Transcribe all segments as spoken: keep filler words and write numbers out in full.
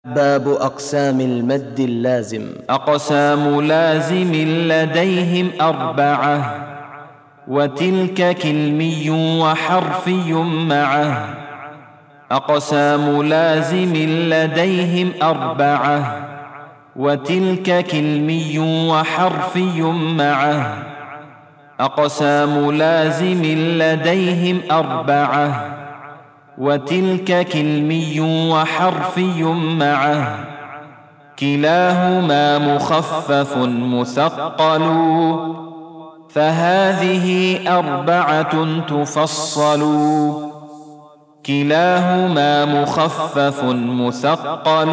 باب أقسام المد اللازم. أقسام لازم لديهم أربعة، وتلك كلمي وحرفي معه. أقسام لازم لديهم أربعة، وتلك كلمي وحرفي معه. أقسام لازم لديهم أربعة، وتلك كلمي وحرفي معه. كلاهما مخفف مثقل، فهذه أربعة تفصل. كلاهما مخفف مثقل،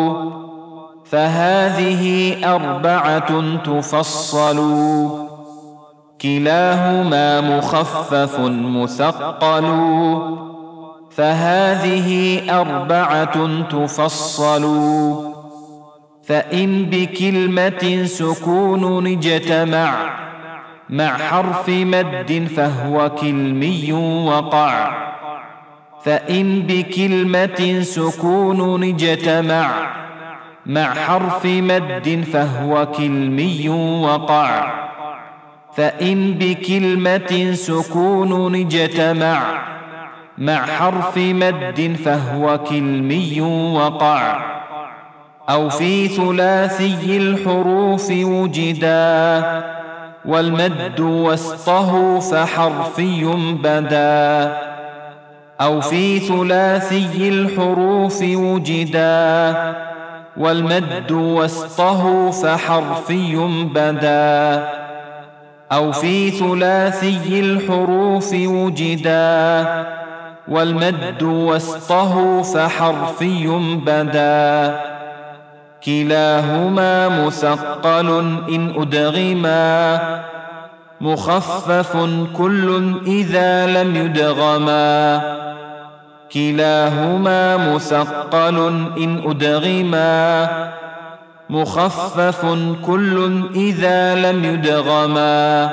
فهذه أربعة تفصل. كلاهما مخفف مثقل، فهذه أربعة تفصل. فإن بكلمة سكون اجتمع مع حرف مد فهو كلمي وقع. فإن بكلمة سكون اجتمع مع حرف مد فهو كلمي وقع. فإن بكلمة سكون اجتمع مع حرف مد فهو كلمي وقع. أو في ثلاثي الحروف وجدا، والمد وسطه فحرفي بدا. أو في ثلاثي الحروف وجدا، والمد وسطه فحرفي بدا. أو في ثلاثي الحروف وجدا، والمد وسطه فحرفي بدا. كلاهما مثقل إن أدغما، مخفف كل إذا لم يدغما. كلاهما مثقل إن أدغما، مخفف كل إذا لم يدغما.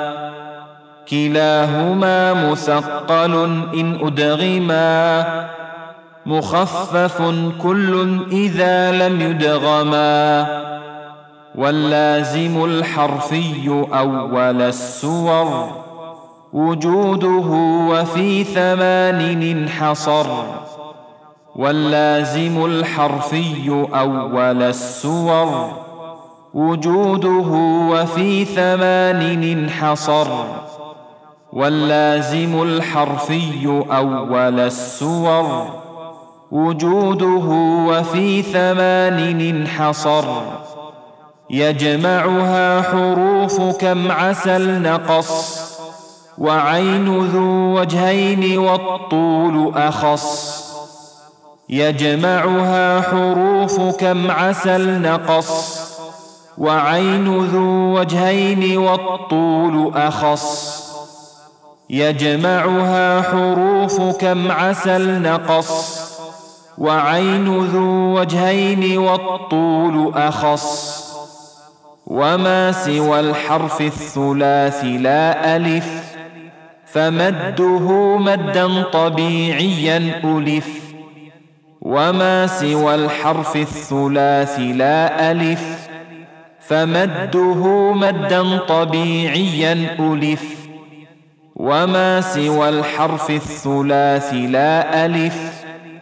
كلاهما مثقل إن أدغما، مخفف كل إذا لم يدغما. واللازم الحرفي أول السور، وجوده وفي ثمان انحصر. واللازم الحرفي أول السور، وجوده وفي ثمان انحصر. واللازم الحرفي أول السور، وجوده وفي ثمان انحصر. يجمعها حروف كم عسل نقص، وعين ذو وجهين والطول أخص. يجمعها حروف كم عسل نقص، وعين ذو وجهين والطول أخص. يجمعها حروف كم عسل نقص، وعين ذو وجهين والطول أخص. وما سوى الحرف الثلاث لا ألف، فمده مدا طبيعيا ألف. وما سوى الحرف الثلاث لا ألف، فمده مدا طبيعيا ألف. وما سوى الحرف الثلاث لا ألف،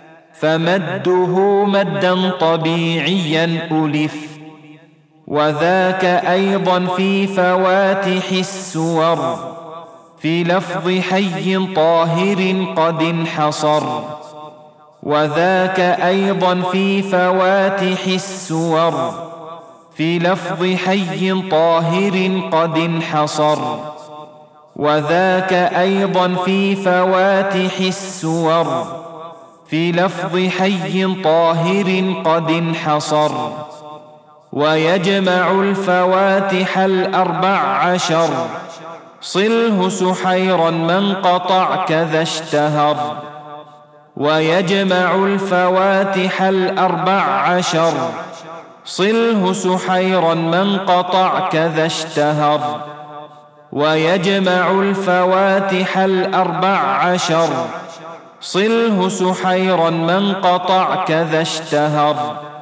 فمده مدا طبيعيا ألف. وذاك أيضا في فواتح السور، في لفظ حي طاهر قد انحصر. وذاك أيضا في فواتح السور، في لفظ حي طاهر قد انحصر. وذاك أيضا في فواتح السور، في لفظ حي طاهر قد انحصر. ويجمع الفواتح الأربع عشر، صله سحيرا من قطع كذا اشتهر. ويجمع الفواتح الأربع عشر، صله سحيرا من قطع كذا اشتهر. ويجمع الفواتح الأربع عشر، صله سحيرا من قطع كذا اشتهر.